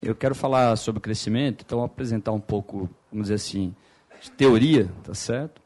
Eu quero falar sobre crescimento, então apresentar um pouco, vamos dizer assim, de teoria, tá certo?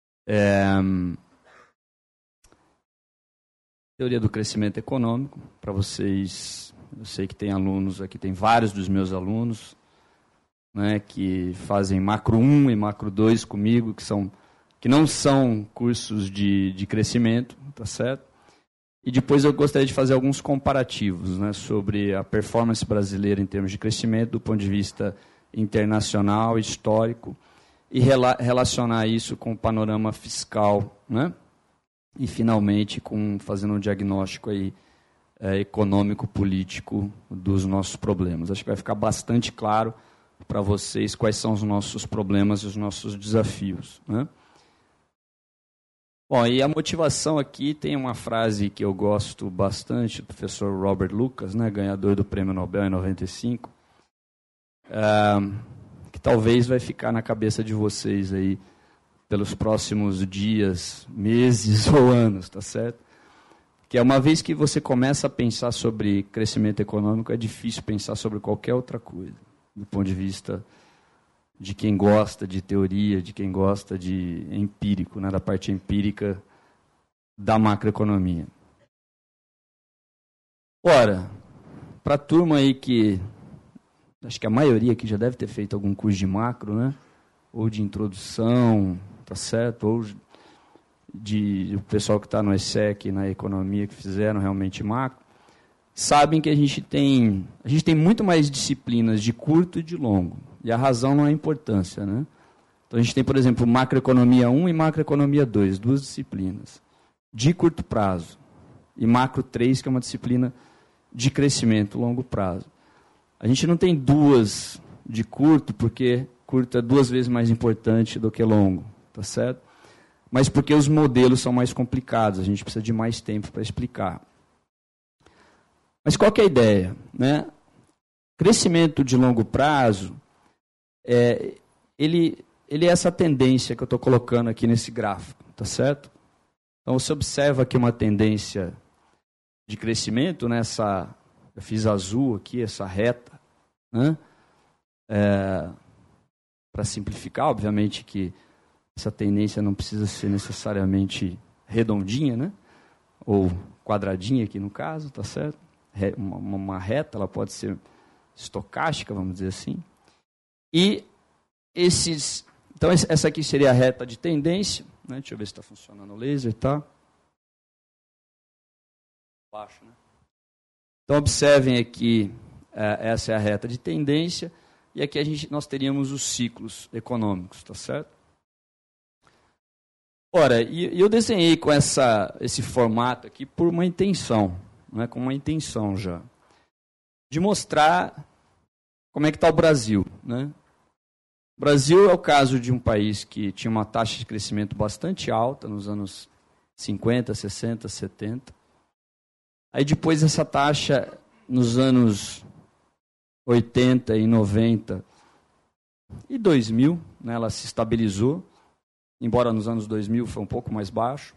Teoria do crescimento econômico, para vocês, eu sei que tem alunos aqui, tem vários dos meus alunos, né, que fazem macro 1 e macro 2 comigo, que não são cursos de crescimento, tá certo? E depois eu gostaria de fazer alguns comparativos, né, sobre a performance brasileira em termos de crescimento, do ponto de vista internacional, histórico, e relacionar isso com o panorama fiscal, né, e finalmente fazendo um diagnóstico aí, econômico-político dos nossos problemas. Acho que vai ficar bastante claro para vocês quais são os nossos problemas e os nossos desafios, né? Bom, e a motivação aqui tem uma frase que eu gosto bastante, do professor Robert Lucas, né, ganhador do Prêmio Nobel em 95, que talvez vai ficar na cabeça de vocês aí pelos próximos dias, meses ou anos, tá certo? Que é uma vez que você começa a pensar sobre crescimento econômico, é difícil pensar sobre qualquer outra coisa, do ponto de vista de quem gosta de teoria, de quem gosta de empírico, né, da parte empírica da macroeconomia. Ora, para a turma aí que, acho que a maioria aqui já deve ter feito algum curso de macro, né, ou de introdução, tá certo, ou o pessoal que está no ESSEC, na economia, que fizeram realmente macro, sabem que a gente tem muito mais disciplinas de curto e de longo. E a razão não é a importância, né? Então a gente tem, por exemplo, macroeconomia 1 e macroeconomia 2, duas disciplinas de curto prazo. E macro 3, que é uma disciplina de crescimento longo prazo. A gente não tem duas de curto, porque curto é 2 vezes mais importante do que longo, tá certo? Mas porque os modelos são mais complicados, a gente precisa de mais tempo para explicar. Mas qual que é a ideia, né? Crescimento de longo prazo, ele é essa tendência que eu estou colocando aqui nesse gráfico, tá certo? Então você observa aqui uma tendência de crescimento, né? Eu fiz azul aqui, essa reta, né? Para simplificar, obviamente que essa tendência não precisa ser necessariamente redondinha, né? Ou quadradinha aqui no caso, tá certo? Uma reta, ela pode ser estocástica, vamos dizer assim. E então essa aqui seria a reta de tendência, né? Deixa eu ver se está funcionando o laser, tá? Baixo, né? Então observem aqui, essa é a reta de tendência, e aqui nós teríamos os ciclos econômicos, tá certo? Ora, e eu desenhei com esse formato aqui por uma intenção, né? Com uma intenção já, de mostrar como é que está o Brasil, né? O Brasil é o caso de um país que tinha uma taxa de crescimento bastante alta nos anos 50, 60, 70. Aí depois essa taxa, nos anos 80 e 90 e 2000, né, ela se estabilizou, embora nos anos 2000 foi um pouco mais baixo.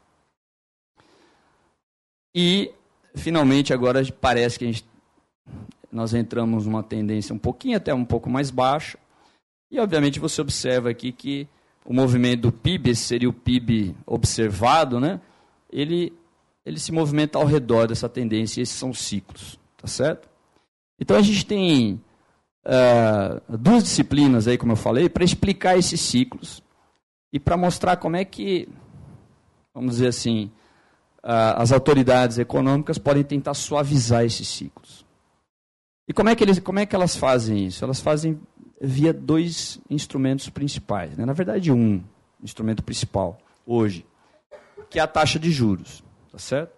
E, finalmente, agora parece que nós entramos numa tendência até um pouco mais baixa. E, obviamente, você observa aqui que o movimento do PIB, esse seria o PIB observado, né? Ele se movimenta ao redor dessa tendência, e esses são os ciclos, tá certo? Então, a gente tem duas disciplinas, aí, como eu falei, para explicar esses ciclos e para mostrar como é que, vamos dizer assim, as autoridades econômicas podem tentar suavizar esses ciclos. E como é que elas fazem isso? Elas fazem via 2 instrumentos principais, né? Na verdade, um instrumento principal hoje, que é a taxa de juros, tá certo?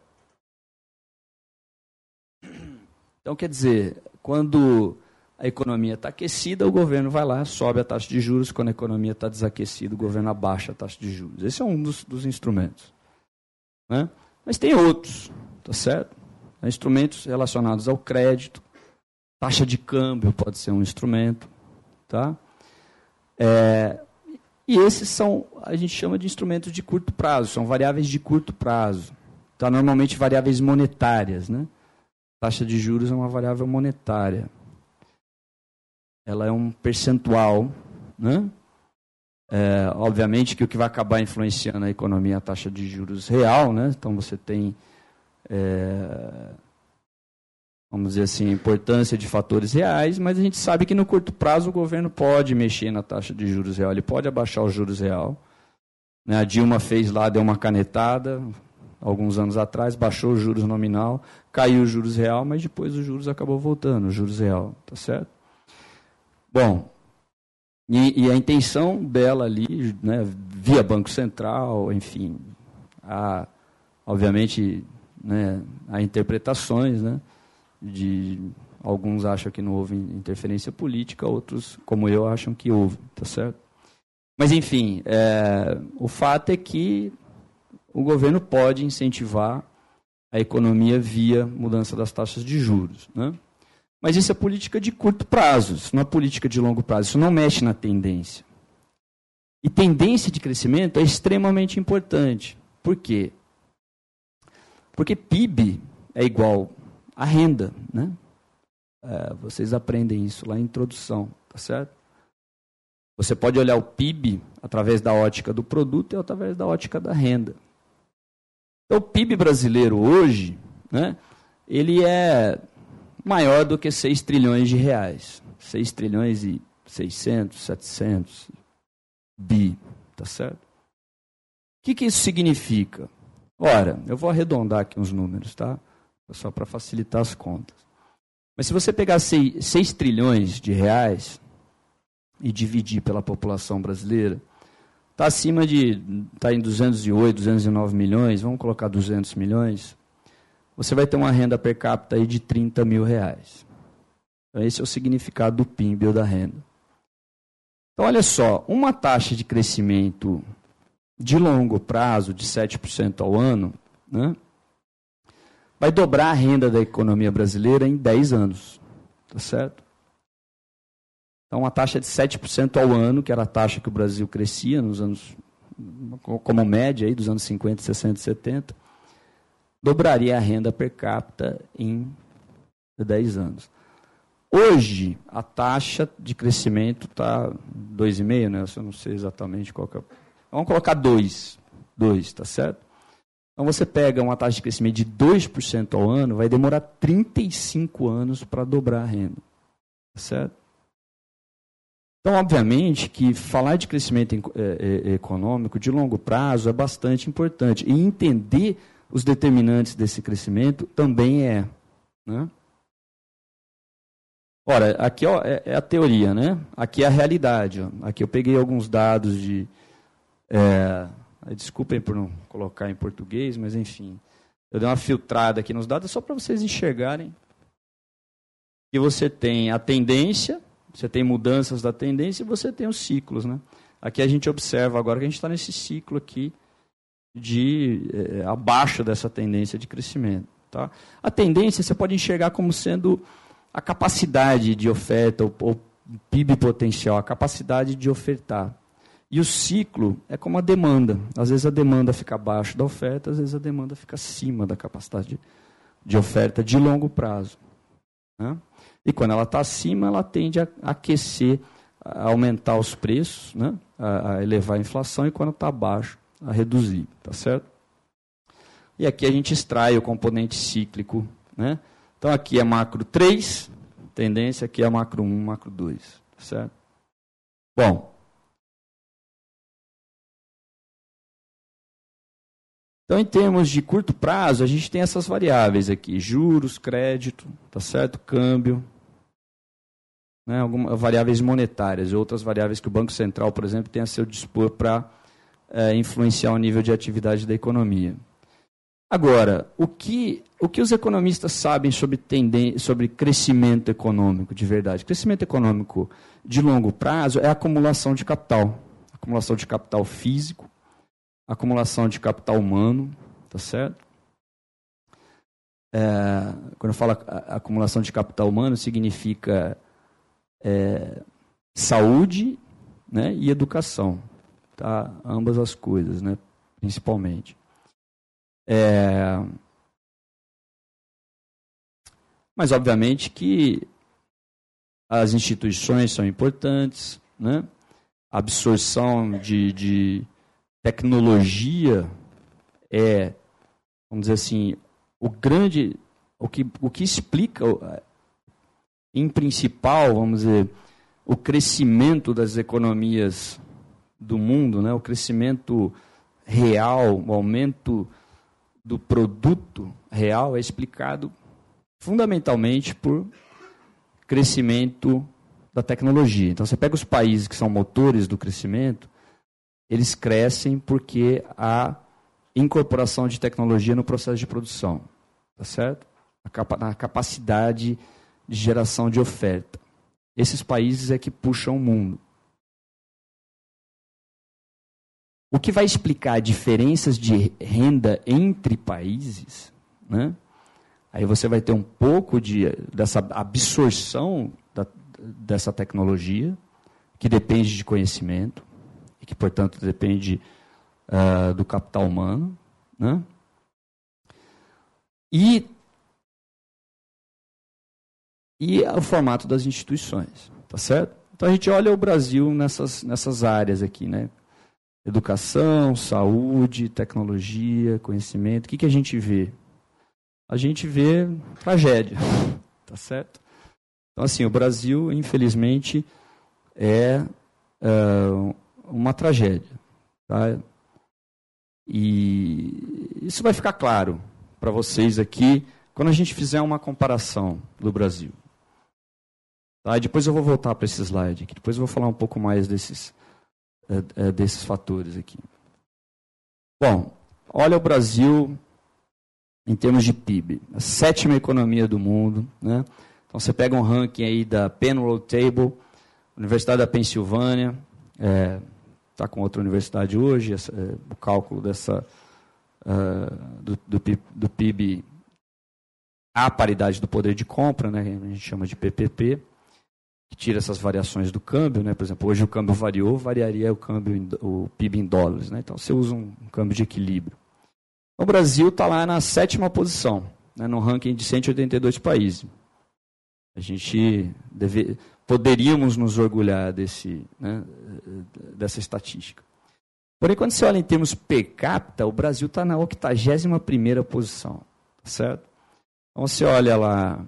Então, quer dizer, quando a economia está aquecida, o governo vai lá, sobe a taxa de juros. Quando a economia está desaquecida, o governo abaixa a taxa de juros. Esse é um dos instrumentos, né? Mas tem outros, tá certo? Instrumentos relacionados ao crédito, taxa de câmbio pode ser um instrumento, tá? E esses a gente chama de instrumentos de curto prazo, são variáveis de curto prazo, tá? Normalmente variáveis monetárias, né? Taxa de juros é uma variável monetária. ela é um percentual, né? Obviamente que o que vai acabar influenciando a economia é a taxa de juros real, né? Então você tem, vamos dizer assim, importância de fatores reais, mas a gente sabe que no curto prazo o governo pode mexer na taxa de juros real, ele pode abaixar os juros real. Né? A Dilma fez lá, deu uma canetada, alguns anos atrás, baixou os juros nominal, caiu os juros real, mas depois os juros acabou voltando, os juros real, tá certo? Bom, e a intenção dela ali, né, via Banco Central, enfim, obviamente, né, há interpretações, né, alguns acham que não houve interferência política, outros, como eu, acham que houve, tá certo? Mas, enfim, o fato é que o governo pode incentivar a economia via mudança das taxas de juros, né? Mas isso é política de curto prazo, isso não é política de longo prazo, isso não mexe na tendência. E tendência de crescimento é extremamente importante. Por quê? Porque PIB é igual a renda, né? Vocês aprendem isso lá em introdução, tá certo? Você pode olhar o PIB através da ótica do produto e através da ótica da renda. Então, o PIB brasileiro hoje, né, ele é maior do que 6 trilhões de reais. 6 trilhões e 600, 700 bi, tá certo? O que isso significa? Ora, eu vou arredondar aqui uns números, tá? Só para facilitar as contas. Mas se você pegar 6 trilhões de reais e dividir pela população brasileira, está acima está em 208, 209 milhões, vamos colocar 200 milhões, você vai ter uma renda per capita aí de 30 mil reais. Então, esse é o significado do PIB ou da renda. Então, olha só, uma taxa de crescimento de longo prazo, de 7% ao ano, né, vai dobrar a renda da economia brasileira em 10 anos. Tá certo? Então, uma taxa de 7% ao ano, que era a taxa que o Brasil crescia nos anos, como média aí, dos anos 50, 60 e 70, dobraria a renda per capita em 10 anos. Hoje, a taxa de crescimento está 2,5%, né? Eu não sei exatamente qual que é. Vamos colocar 2, tá certo? Então, você pega uma taxa de crescimento de 2% ao ano, vai demorar 35 anos para dobrar a renda. Tá certo? Então, obviamente, que falar de crescimento econômico de longo prazo é bastante importante. E entender os determinantes desse crescimento também é. Né? Ora, aqui ó, é a teoria, né? Aqui é a realidade. Ó. Aqui eu peguei alguns dados de... desculpem por não colocar em português, mas enfim. Eu dei uma filtrada aqui nos dados só para vocês enxergarem que você tem a tendência, você tem mudanças da tendência e você tem os ciclos. Né? Aqui a gente observa agora que a gente está nesse ciclo aqui abaixo dessa tendência de crescimento. Tá? A tendência você pode enxergar como sendo a capacidade de oferta, ou PIB potencial, a capacidade de ofertar. E o ciclo é como a demanda. Às vezes a demanda fica abaixo da oferta, às vezes a demanda fica acima da capacidade de oferta de longo prazo. Né? E quando ela está acima, ela tende a aquecer, a aumentar os preços, né? A elevar a inflação, e quando está abaixo, a reduzir. Tá certo? E aqui a gente extrai o componente cíclico. Né? Então aqui é macro 3, tendência, aqui é macro 1, macro 2. Tá certo? Bom. Então, em termos de curto prazo, a gente tem essas variáveis aqui, juros, crédito, tá certo? Câmbio, né? Algumas variáveis monetárias, outras variáveis que o Banco Central, por exemplo, tem a seu dispor para influenciar o nível de atividade da economia. Agora, o que os economistas sabem sobre crescimento econômico de verdade? Crescimento econômico de longo prazo é a acumulação de capital físico, acumulação de capital humano, tá certo? Quando eu falo acumulação de capital humano, significa saúde, né, e educação, tá? Ambas as coisas, né, principalmente. Mas, obviamente, que as instituições são importantes, né? A absorção de tecnologia é, vamos dizer assim, o que explica, em principal, vamos dizer, o crescimento das economias do mundo, né? O crescimento real, o aumento do produto real é explicado fundamentalmente por crescimento da tecnologia. Então, você pega os países que são motores do crescimento, eles crescem porque há incorporação de tecnologia no processo de produção, tá certo? Na capacidade de geração de oferta. Esses países é que puxam o mundo. O que vai explicar diferenças de renda entre países, né? Aí você vai ter um pouco dessa absorção dessa tecnologia, que depende de conhecimento, e que, portanto, depende do capital humano, né? E o formato das instituições, tá certo? Então, a gente olha o Brasil nessas áreas aqui, né? Educação, saúde, tecnologia, conhecimento. O que a gente vê? A gente vê tragédia, tá certo? Então, assim, o Brasil, infelizmente, é uma tragédia, tá? E isso vai ficar claro para vocês aqui quando a gente fizer uma comparação do Brasil. Tá? E depois eu vou voltar para esse slide aqui, depois eu vou falar um pouco mais desses fatores aqui. Bom, olha o Brasil em termos de PIB, a 7ª economia do mundo, né? Então você pega um ranking aí da Penrose Table, Universidade da Pensilvânia, está com outra universidade hoje, o cálculo do PIB à paridade do poder de compra, né? A gente chama de PPP, que tira essas variações do câmbio, né? Por exemplo, hoje o câmbio variaria o PIB em dólares, né? Então você usa um câmbio de equilíbrio. O Brasil está lá na 7ª posição, né, no ranking de 182 países. A gente poderíamos nos orgulhar dessa estatística. Porém, quando você olha em termos per capita, o Brasil está na 81ª posição, tá certo? Então você olha lá,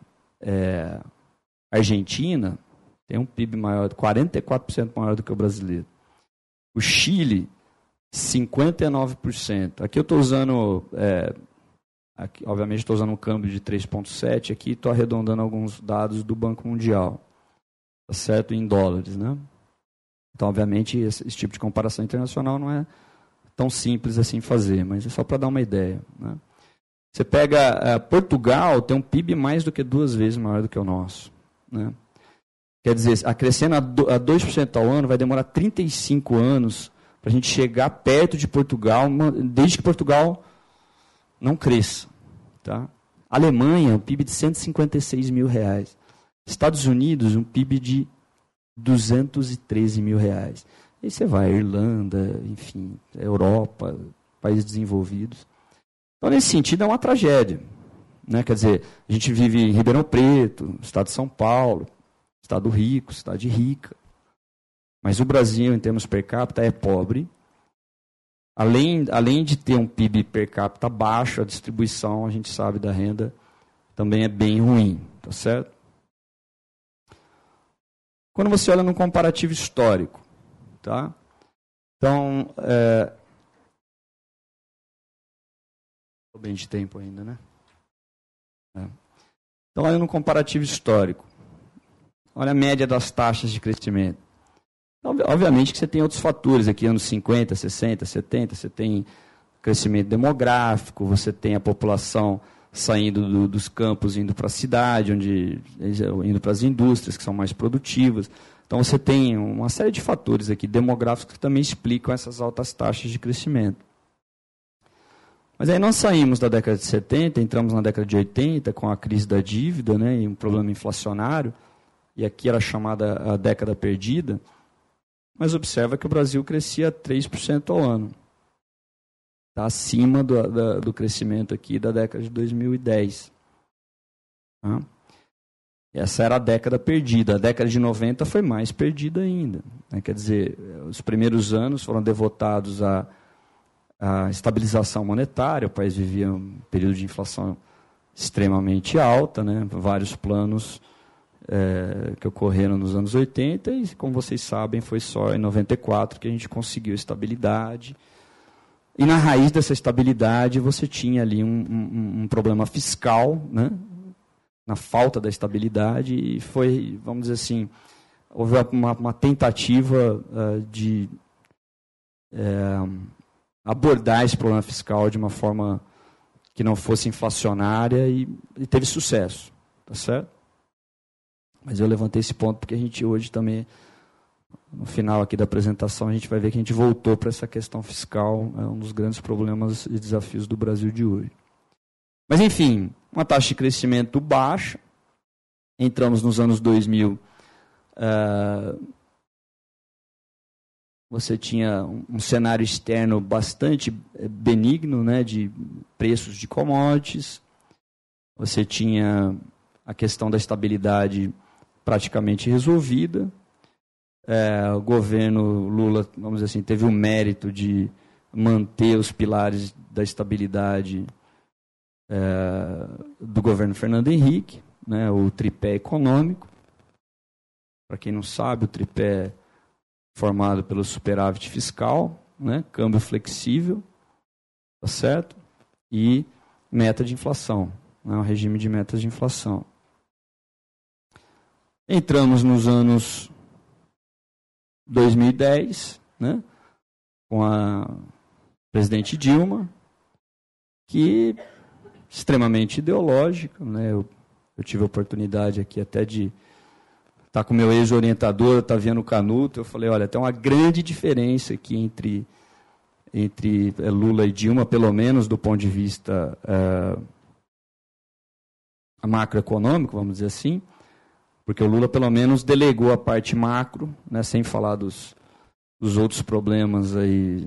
Argentina tem um PIB maior, 44% maior do que o brasileiro. O Chile, 59%. Aqui eu estou usando, obviamente estou usando um câmbio de 3,7, aqui estou arredondando alguns dados do Banco Mundial, tá certo? Em dólares, né? Então, obviamente, esse tipo de comparação internacional não é tão simples assim fazer, mas é só para dar uma ideia, né? Você pega Portugal, tem um PIB mais do que 2 vezes maior do que o nosso, né? Quer dizer, crescendo a 2% ao ano, vai demorar 35 anos para a gente chegar perto de Portugal, desde que Portugal não cresça. Tá? Alemanha, um PIB de R$156 mil. Estados Unidos, um PIB de R$213 mil. Aí você vai, Irlanda, enfim, Europa, países desenvolvidos. Então, nesse sentido, é uma tragédia, né? Quer dizer, a gente vive em Ribeirão Preto, estado de São Paulo, estado rico, cidade rica. Mas o Brasil, em termos per capita, é pobre. Além de ter um PIB per capita baixo, a distribuição, a gente sabe, da renda também é bem ruim, tá certo? Quando você olha no comparativo histórico, tá? Então, estou bem de tempo ainda, né? Então, olha no comparativo histórico. Olha a média das taxas de crescimento. Obviamente que você tem outros fatores aqui, anos 50, 60, 70, você tem crescimento demográfico, você tem a população saindo dos campos, indo para a cidade, indo para as indústrias que são mais produtivas. Então você tem uma série de fatores aqui demográficos que também explicam essas altas taxas de crescimento. Mas aí nós saímos da década de 70, entramos na década de 80 com a crise da dívida, né, e um problema inflacionário, e aqui era chamada a década perdida. Mas observa que o Brasil crescia 3% ao ano. Está acima do crescimento aqui da década de 2010. Tá? Essa era a década perdida. A década de 90 foi mais perdida ainda, né? Quer dizer, os primeiros anos foram devotados à estabilização monetária. O país vivia um período de inflação extremamente alta, né? Vários planos que ocorreram nos anos 80 e, como vocês sabem, foi só em 94 que a gente conseguiu estabilidade. E na raiz dessa estabilidade você tinha ali um problema fiscal, né? Na falta da estabilidade, e foi, vamos dizer assim, houve uma tentativa de abordar esse problema fiscal de uma forma que não fosse inflacionária e teve sucesso, tá certo? Mas eu levantei esse ponto porque a gente hoje também, no final aqui da apresentação, a gente vai ver que a gente voltou para essa questão fiscal, é um dos grandes problemas e desafios do Brasil de hoje. Mas, enfim, uma taxa de crescimento baixa. Entramos nos anos 2000, você tinha um cenário externo bastante benigno, né, de preços de commodities. Você tinha a questão da estabilidade praticamente resolvida. O governo Lula, vamos dizer assim, teve o mérito de manter os pilares da estabilidade do governo Fernando Henrique, né, o tripé econômico. Para quem não sabe, o tripé é formado pelo superávit fiscal, né, câmbio flexível, tá certo? E meta de inflação, né, um regime de metas de inflação. Entramos nos anos 2010, né, com a presidente Dilma, que extremamente ideológica, né? Eu tive a oportunidade aqui até de estar com o meu ex-orientador, Otaviano Canuto. Eu falei, olha, tem uma grande diferença aqui entre Lula e Dilma, pelo menos do ponto de vista macroeconômico, vamos dizer assim, porque o Lula pelo menos delegou a parte macro, né, sem falar dos outros problemas aí,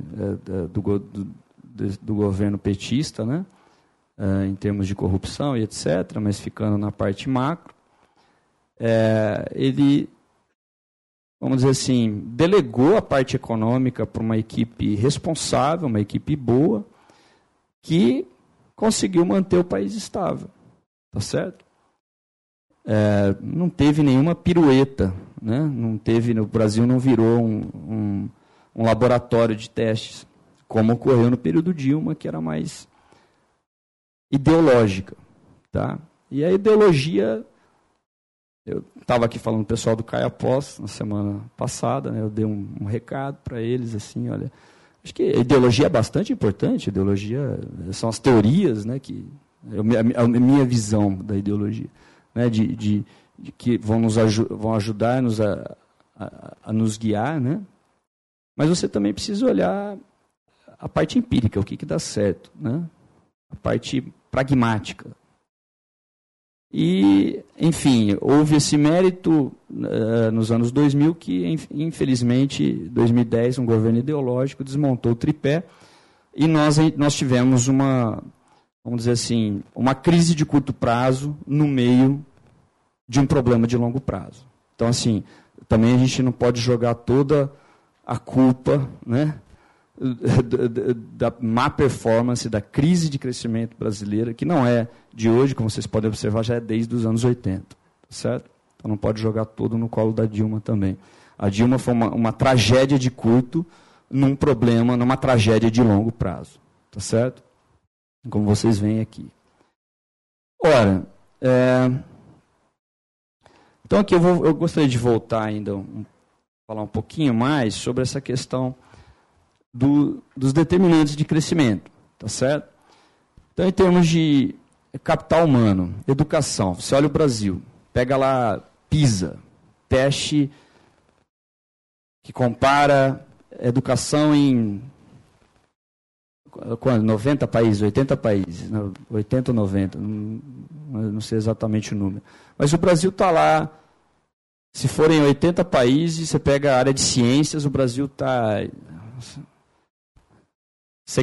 do governo petista, né? Em termos de corrupção e etc., mas ficando na parte macro, ele, vamos dizer assim, delegou a parte econômica para uma equipe responsável, uma equipe boa, que conseguiu manter o país estável, tá certo? Não teve nenhuma pirueta, né? O Brasil não virou um laboratório de testes, como ocorreu no período Dilma, que era mais ideológica, tá? E a ideologia, eu estava aqui falando com o pessoal do Caia Pós na semana passada, né? Eu dei um recado para eles, assim, olha, acho que a ideologia é bastante importante, a ideologia são as teorias, né, a minha visão da ideologia, né, de que vão ajudar-nos a nos guiar, né? Mas você também precisa olhar a parte empírica, o que dá certo, né? A parte pragmática. E, enfim, houve esse mérito nos anos 2000 que, infelizmente, em 2010, um governo ideológico desmontou o tripé e nós tivemos vamos dizer assim, uma crise de curto prazo no meio de um problema de longo prazo. Então, assim, também a gente não pode jogar toda a culpa, né, da má performance, da crise de crescimento brasileira, que não é de hoje, como vocês podem observar, já é desde os anos 80, certo? Então não pode jogar todo no colo da Dilma também. A Dilma foi uma tragédia de curto num problema, numa tragédia de longo prazo, tá certo? Como vocês veem aqui. Ora, então aqui eu gostaria de voltar ainda, falar um pouquinho mais sobre essa questão dos determinantes de crescimento, tá certo? Então, em termos de capital humano, educação, você olha o Brasil, pega lá PISA, teste que compara educação em 90 países, 80 países, 80 ou 90, não sei exatamente o número. Mas o Brasil está lá, se forem 80 países, você pega a área de ciências, o Brasil está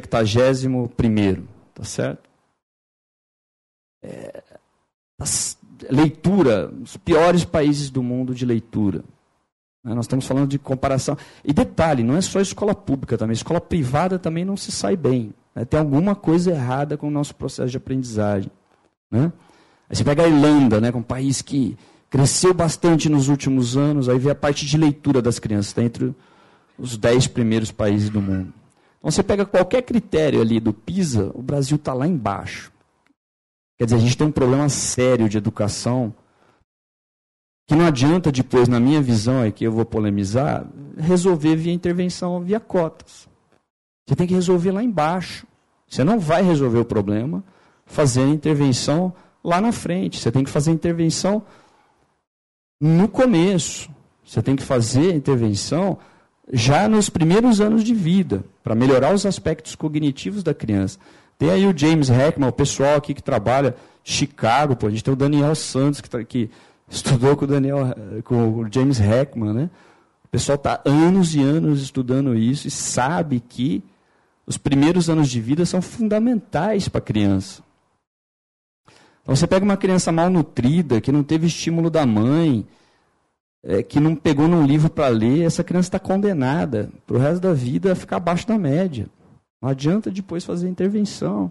71º, tá certo? leitura, os piores países do mundo de leitura. Nós estamos falando de comparação. E detalhe, não é só escola pública também, escola privada também não se sai bem. Tem alguma coisa errada com o nosso processo de aprendizagem. Né? Aí você pega a Irlanda, né, que é um país que cresceu bastante nos últimos anos, aí vê a parte de leitura das crianças, está entre os 10 primeiros países do mundo. Então você pega qualquer critério ali do PISA, o Brasil está lá embaixo. Quer dizer, a gente tem um problema sério de educação que não adianta depois, na minha visão, é que eu vou polemizar, resolver via intervenção, via cotas. Você tem que resolver lá embaixo. Você não vai resolver o problema fazendo intervenção lá na frente. Você tem que fazer intervenção no começo. Você tem que fazer intervenção já nos primeiros anos de vida, para melhorar os aspectos cognitivos da criança. Tem aí o James Heckman, o pessoal aqui que trabalha em Chicago, a gente tem o Daniel Santos, que estudou com o James Heckman, né? O pessoal está anos e anos estudando isso e sabe que os primeiros anos de vida são fundamentais para a criança. Então, você pega uma criança mal nutrida, que não teve estímulo da mãe, que não pegou num livro para ler, essa criança está condenada para o resto da vida a ficar abaixo da média. Não adianta depois fazer intervenção.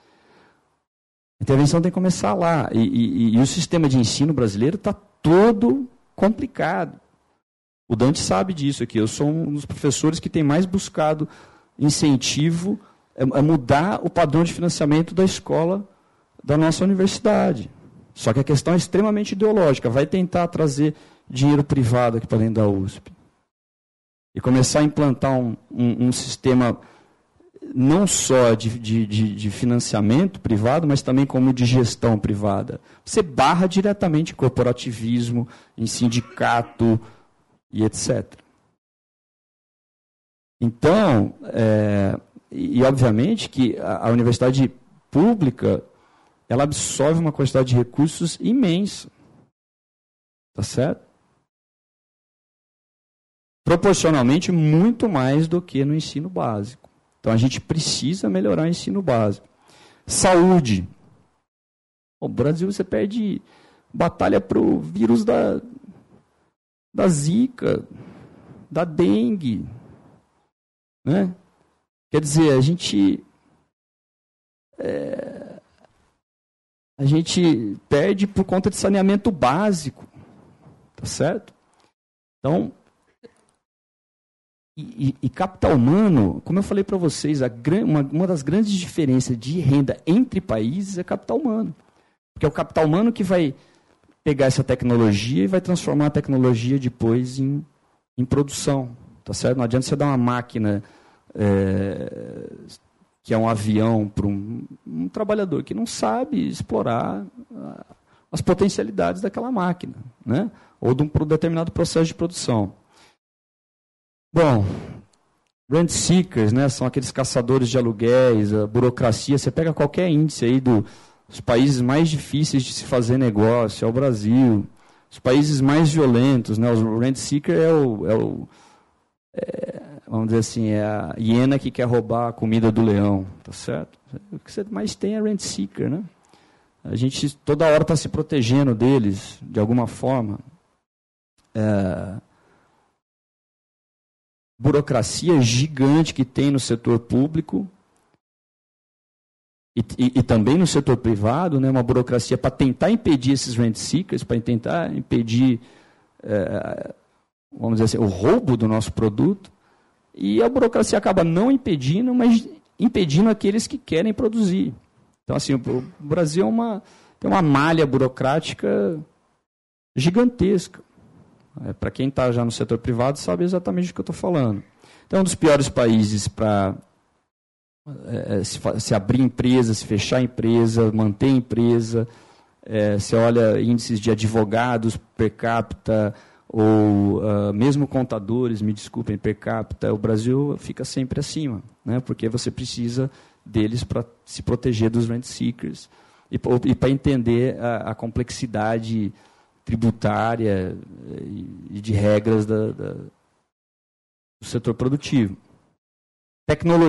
A intervenção tem que começar lá. E o sistema de ensino brasileiro está todo complicado. O Dante sabe disso aqui. Eu sou um dos professores que tem mais buscado incentivo a mudar o padrão de financiamento da escola da nossa universidade. Só que a questão é extremamente ideológica. Vai tentar trazer dinheiro privado aqui para dentro da USP. E começar a implantar um sistema não só de financiamento privado, mas também como de gestão privada. Você barra diretamente em corporativismo, em sindicato e etc. Então, obviamente que a universidade pública, ela absorve uma quantidade de recursos imensa. Tá certo? Proporcionalmente muito mais do que no ensino básico. Então a gente precisa melhorar o ensino básico. Saúde. No Brasil você perde batalha para o vírus da Zika, da dengue. Né? Quer dizer, a gente perde por conta de saneamento básico. Tá certo? Então, e capital humano, como eu falei para vocês, uma das grandes diferenças de renda entre países é capital humano. Porque é o capital humano que vai pegar essa tecnologia e vai transformar a tecnologia depois em produção. Tá certo? Não adianta você dar uma máquina que é um avião para um trabalhador que não sabe explorar as potencialidades daquela máquina, né? Ou de um determinado processo de produção. Bom, rent seekers, né, são aqueles caçadores de aluguéis, a burocracia. Você pega qualquer índice aí dos países mais difíceis de se fazer negócio, é o Brasil. Os países mais violentos, né, o rent seeker vamos dizer assim, é a hiena que quer roubar a comida do leão, tá certo? O que você mais tem é rent seeker, né? A gente toda hora está se protegendo deles, de alguma forma. Burocracia gigante que tem no setor público e também no setor privado, né, uma burocracia para tentar impedir esses rent seekers, para tentar impedir, vamos dizer assim, o roubo do nosso produto. E a burocracia acaba não impedindo, mas impedindo aqueles que querem produzir. Então, assim, o Brasil tem uma malha burocrática gigantesca. Para quem está já no setor privado sabe exatamente do que eu estou falando. Então, é um dos piores países para se abrir empresa, se fechar empresa, manter empresa. Você olha índices de advogados per capita, ou mesmo contadores, me desculpem, per capita, o Brasil fica sempre acima, né? Porque você precisa deles para se proteger dos rent seekers e para entender a complexidade tributária e de regras do setor produtivo.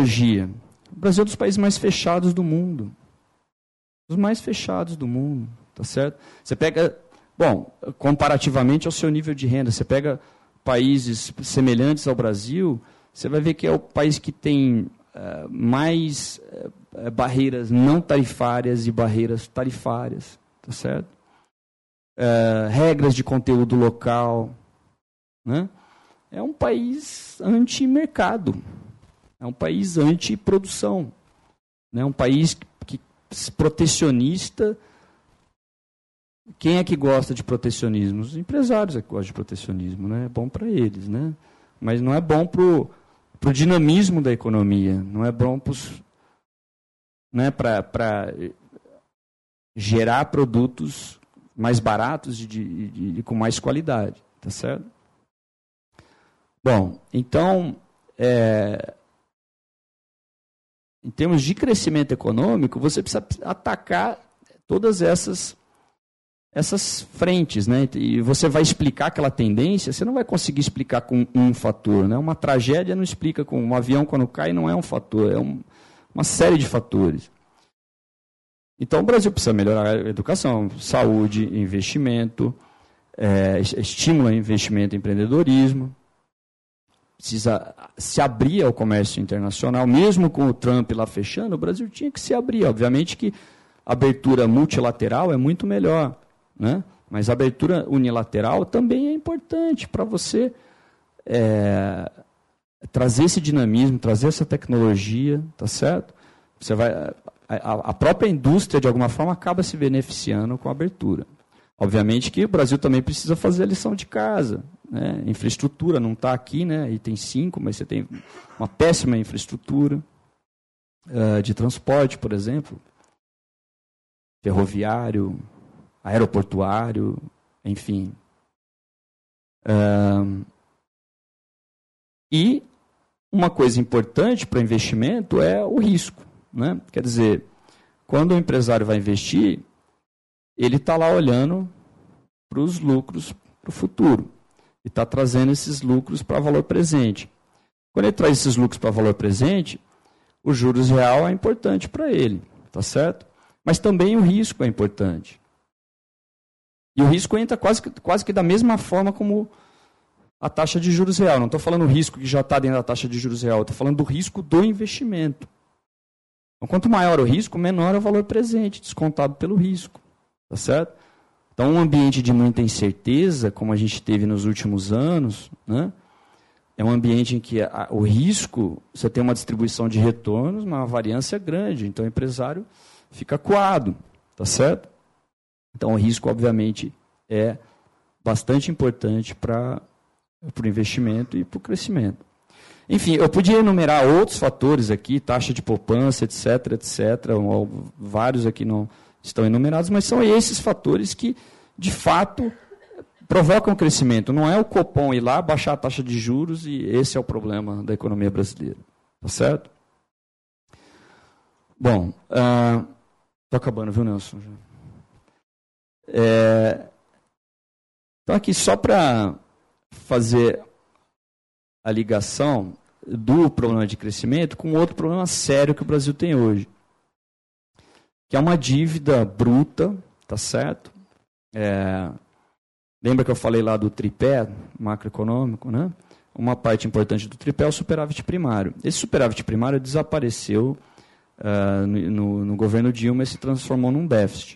Tecnologia. O Brasil é um dos países mais fechados do mundo. Os mais fechados do mundo. tá certo? Você pega, comparativamente ao seu nível de renda, você pega países semelhantes ao Brasil, você vai ver que é o país que tem mais barreiras não tarifárias e barreiras tarifárias, tá certo? Regras de conteúdo local, né? É um país anti-mercado, é um país anti-produção, né? É um país que protecionista. Quem é que gosta de protecionismo? Os empresários é que gostam de protecionismo, né? É bom para eles, né? Mas não é bom para o dinamismo da economia, não é bom né, para gerar produtos mais baratos e com mais qualidade, tá certo? Bom, então, em termos de crescimento econômico, você precisa atacar todas essas frentes, né? E você vai explicar aquela tendência, você não vai conseguir explicar com um fator, né? Uma tragédia não explica com um avião quando cai, não é um fator, é uma série de fatores. Então o Brasil precisa melhorar a educação, saúde, investimento, estímulo a investimento e empreendedorismo, precisa se abrir ao comércio internacional, mesmo com o Trump lá fechando, o Brasil tinha que se abrir. Obviamente que a abertura multilateral é muito melhor, né? Mas a abertura unilateral também é importante para você trazer esse dinamismo, trazer essa tecnologia, tá certo? Você vai, a própria indústria, de alguma forma, acaba se beneficiando com a abertura. Obviamente que o Brasil também precisa fazer a lição de casa, né? Infraestrutura não está aqui, né? Item 5, mas você tem uma péssima infraestrutura de transporte, por exemplo, ferroviário, aeroportuário, enfim. E uma coisa importante para investimento é o risco, né? Quer dizer, quando o empresário vai investir, ele está lá olhando para os lucros para o futuro e está trazendo esses lucros para valor presente. Quando ele traz esses lucros para valor presente, o juros real é importante para ele, tá certo? Mas também o risco é importante. E o risco entra quase que da mesma forma como a taxa de juros real. Não estou falando o risco que já está dentro da taxa de juros real, estou falando do risco do investimento. Então, quanto maior o risco, menor é o valor presente, descontado pelo risco. Tá certo? Então, um ambiente de muita incerteza, como a gente teve nos últimos anos, né, é um ambiente em que o risco, você tem uma distribuição de retornos, uma variância grande. Então, o empresário fica acuado. Tá certo? Então, o risco, obviamente, é bastante importante para o investimento e para o crescimento. Enfim, eu podia enumerar outros fatores aqui, taxa de poupança, etc., etc. Vários aqui não estão enumerados, mas são esses fatores que, de fato, provocam crescimento. Não é o Copom ir lá, baixar a taxa de juros e esse é o problema da economia brasileira. Tá certo? Bom, estou acabando, viu, Nelson? Então, aqui, só para fazer a ligação do problema de crescimento com outro problema sério que o Brasil tem hoje, que é uma dívida bruta, tá certo? Lembra que eu falei lá do tripé macroeconômico, né? Uma parte importante do tripé é o superávit primário. Esse superávit primário desapareceu no governo Dilma e se transformou num déficit.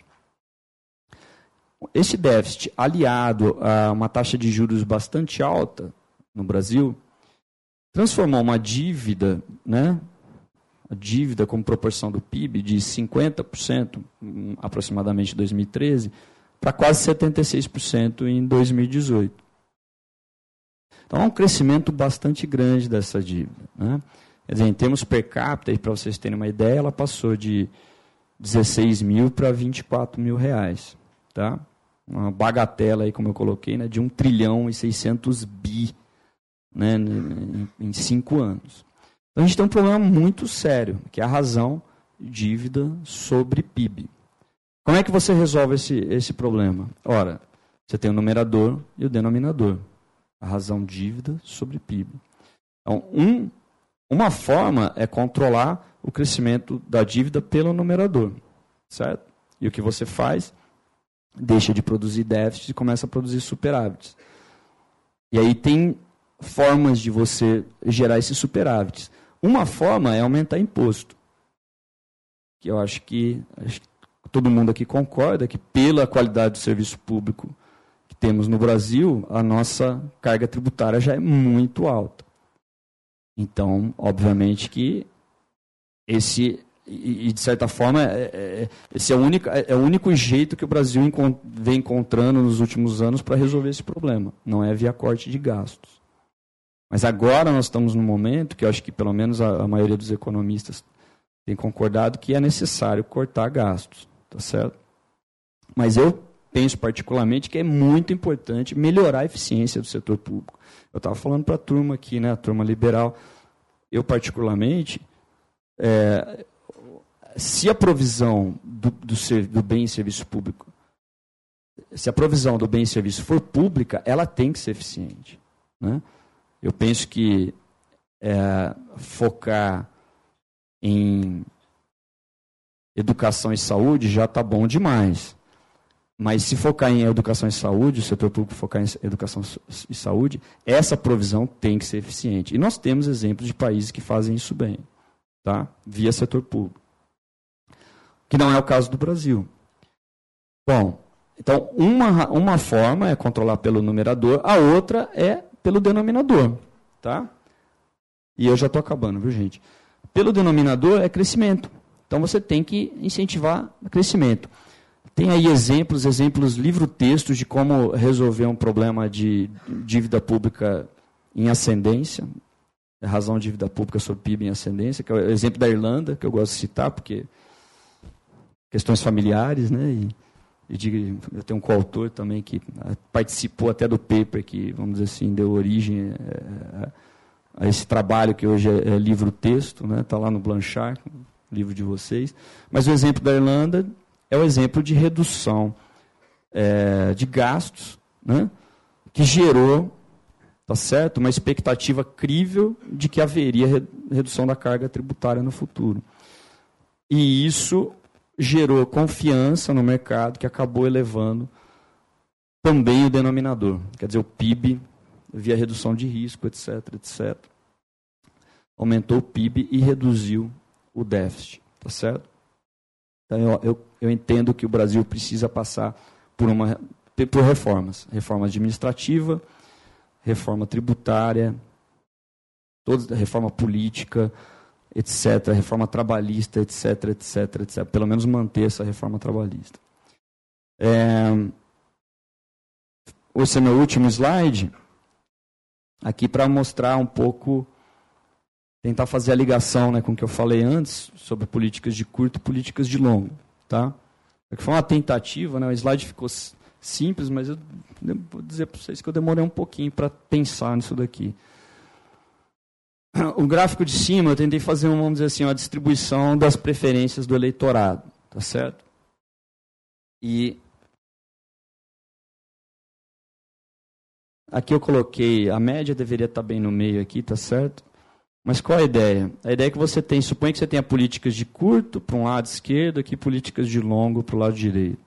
Esse déficit, aliado a uma taxa de juros bastante alta no Brasil, transformou uma dívida, né, a dívida como proporção do PIB de 50%, aproximadamente em 2013, para quase 76% em 2018. Então, há um crescimento bastante grande dessa dívida, né? Quer dizer, em termos per capita, para vocês terem uma ideia, ela passou de 16 mil para 24 mil reais. Tá? Uma bagatela, aí, como eu coloquei, né, de 1 trilhão e 600 bi, né, em 5 anos. Então, a gente tem um problema muito sério, que é a razão dívida sobre PIB. Como é que você resolve esse problema? Ora, você tem o numerador e o denominador. A razão dívida sobre PIB. Então, uma forma é controlar o crescimento da dívida pelo numerador, certo? E o que você faz deixa de produzir déficit e começa a produzir superávites. E aí tem formas de você gerar esses superávites. Uma forma é aumentar imposto. Que eu acho que todo mundo aqui concorda que, pela qualidade do serviço público que temos no Brasil, a nossa carga tributária já é muito alta. Então, obviamente que esse, e de certa forma, esse é o único jeito que o Brasil vem encontrando nos últimos anos para resolver esse problema. Não é via corte de gastos. Mas agora nós estamos num momento que eu acho que pelo menos a maioria dos economistas tem concordado que é necessário cortar gastos, tá certo? Mas eu penso particularmente que é muito importante melhorar a eficiência do setor público. Eu estava falando para a turma aqui, né, a turma liberal, eu particularmente, se a provisão do bem e serviço público, se a provisão do bem e serviço for pública, ela tem que ser eficiente, né? Eu penso que focar em educação e saúde já está bom demais. Mas se focar em educação e saúde, o setor público focar em educação e saúde, essa provisão tem que ser eficiente. E nós temos exemplos de países que fazem isso bem, tá? Via setor público. Que não é o caso do Brasil. Bom, então uma forma é controlar pelo numerador, a outra é pelo denominador, tá? E eu já estou acabando, viu, gente? Pelo denominador é crescimento. Então você tem que incentivar o crescimento. Tem aí exemplos, livro-textos de como resolver um problema de dívida pública em ascendência, razão de dívida pública sobre PIB em ascendência, que é o exemplo da Irlanda, que eu gosto de citar, porque questões familiares, né? Eu tenho um coautor também que participou até do paper que, vamos dizer assim, deu origem a esse trabalho que hoje é livro-texto, né? Está lá no Blanchard, livro de vocês. Mas o exemplo da Irlanda é o exemplo de redução de gastos, né? Que gerou, tá certo, uma expectativa crível de que haveria redução da carga tributária no futuro. E isso gerou confiança no mercado, que acabou elevando também o denominador. Quer dizer, o PIB, via redução de risco, etc., etc. Aumentou o PIB e reduziu o déficit. Tá certo? Então, eu entendo que o Brasil precisa passar por reformas. Reforma administrativa, reforma tributária, reforma política, etc., reforma trabalhista, etc., etc., etc. Pelo menos manter essa reforma trabalhista. Esse é meu último slide, aqui para mostrar um pouco, tentar fazer a ligação, né, com o que eu falei antes, sobre políticas de curto e políticas de longo. Tá? Foi uma tentativa, né, o slide ficou simples, mas eu vou dizer para vocês que eu demorei um pouquinho para pensar nisso daqui. O gráfico de cima, eu tentei fazer, vamos dizer assim, uma distribuição das preferências do eleitorado, tá certo? E aqui eu coloquei, a média deveria estar bem no meio aqui, tá certo? Mas qual a ideia? A ideia é que você supõe que você tenha políticas de curto para um lado esquerdo, aqui políticas de longo para o lado direito.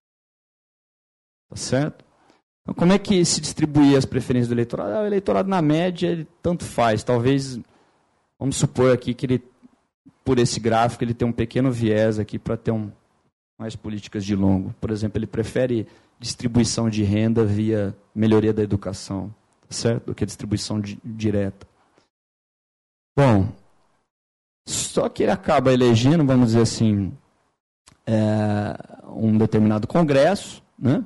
Tá certo? Então, como é que se distribuir as preferências do eleitorado? O eleitorado, na média, ele tanto faz. Talvez, vamos supor aqui que ele, por esse gráfico, ele tem um pequeno viés aqui para ter mais políticas de longo. Por exemplo, ele prefere distribuição de renda via melhoria da educação, tá certo? Do que distribuição direta. Bom, só que ele acaba elegendo, vamos dizer assim, um determinado congresso, né?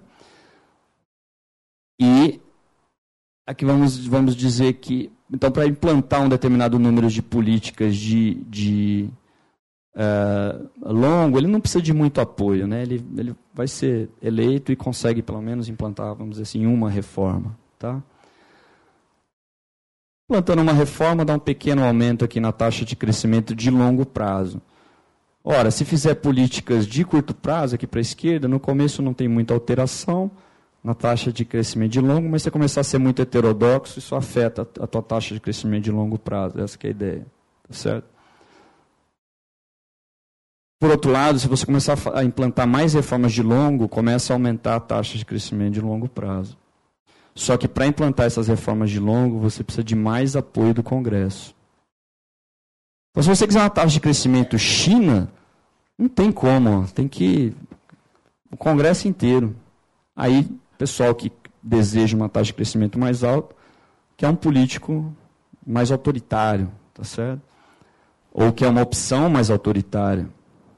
E aqui vamos dizer que, então, para implantar um determinado número de políticas de longo, ele não precisa de muito apoio, né? Ele vai ser eleito e consegue, pelo menos, implantar, vamos dizer assim, uma reforma. Tá? Implantando uma reforma, dá um pequeno aumento aqui na taxa de crescimento de longo prazo. Ora, se fizer políticas de curto prazo, aqui para a esquerda, no começo não tem muita alteração na taxa de crescimento de longo, mas se você começar a ser muito heterodoxo, isso afeta a tua taxa de crescimento de longo prazo. Essa que é a ideia. Tá certo? Por outro lado, se você começar a implantar mais reformas de longo, começa a aumentar a taxa de crescimento de longo prazo. Só que para implantar essas reformas de longo, você precisa de mais apoio do Congresso. Então, se você quiser uma taxa de crescimento China, não tem como, tem que o Congresso inteiro. Aí, o pessoal que deseja uma taxa de crescimento mais alta, que é um político mais autoritário, tá certo? Ou que é uma opção mais autoritária.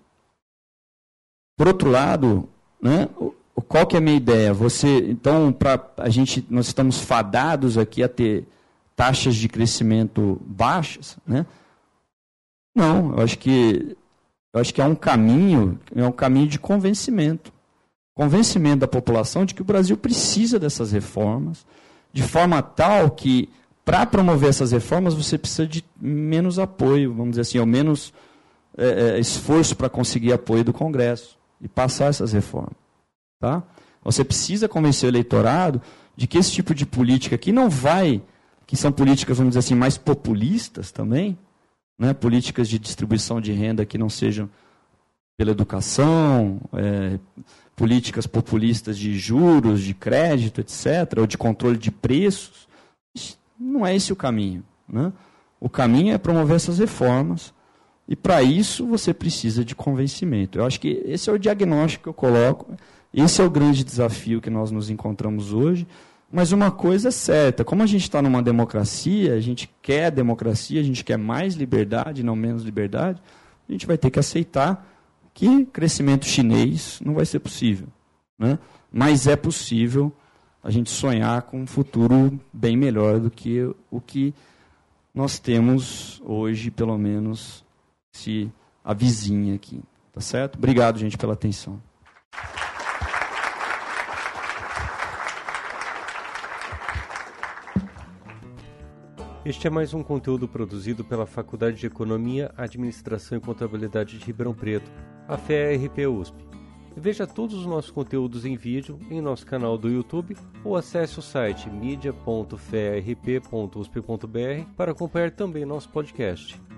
Por outro lado, né, qual que é a minha ideia? Então, nós estamos fadados aqui a ter taxas de crescimento baixas, né? Não, eu acho que é um caminho de convencimento da população de que o Brasil precisa dessas reformas, de forma tal que, para promover essas reformas, você precisa de menos apoio, vamos dizer assim, ou menos esforço para conseguir apoio do Congresso e passar essas reformas. Tá? Você precisa convencer o eleitorado de que esse tipo de política aqui que são políticas, vamos dizer assim, mais populistas também, né? Políticas de distribuição de renda que não sejam pela educação, políticas populistas de juros, de crédito, etc., ou de controle de preços. Não é esse o caminho. Né? O caminho é promover essas reformas, e para isso você precisa de convencimento. Eu acho que esse é o diagnóstico que eu coloco, esse é o grande desafio que nós nos encontramos hoje, mas uma coisa é certa, como a gente está numa democracia, a gente quer democracia, a gente quer mais liberdade, não menos liberdade, a gente vai ter que aceitar que crescimento chinês não vai ser possível. Né? Mas é possível a gente sonhar com um futuro bem melhor do que o que nós temos hoje, pelo menos, se avizinha aqui. Tá certo? Obrigado, gente, pela atenção. Este é mais um conteúdo produzido pela Faculdade de Economia, Administração e Contabilidade de Ribeirão Preto, a FEA-RP USP. Veja todos os nossos conteúdos em vídeo em nosso canal do YouTube ou acesse o site media.fearp.usp.br para acompanhar também nosso podcast.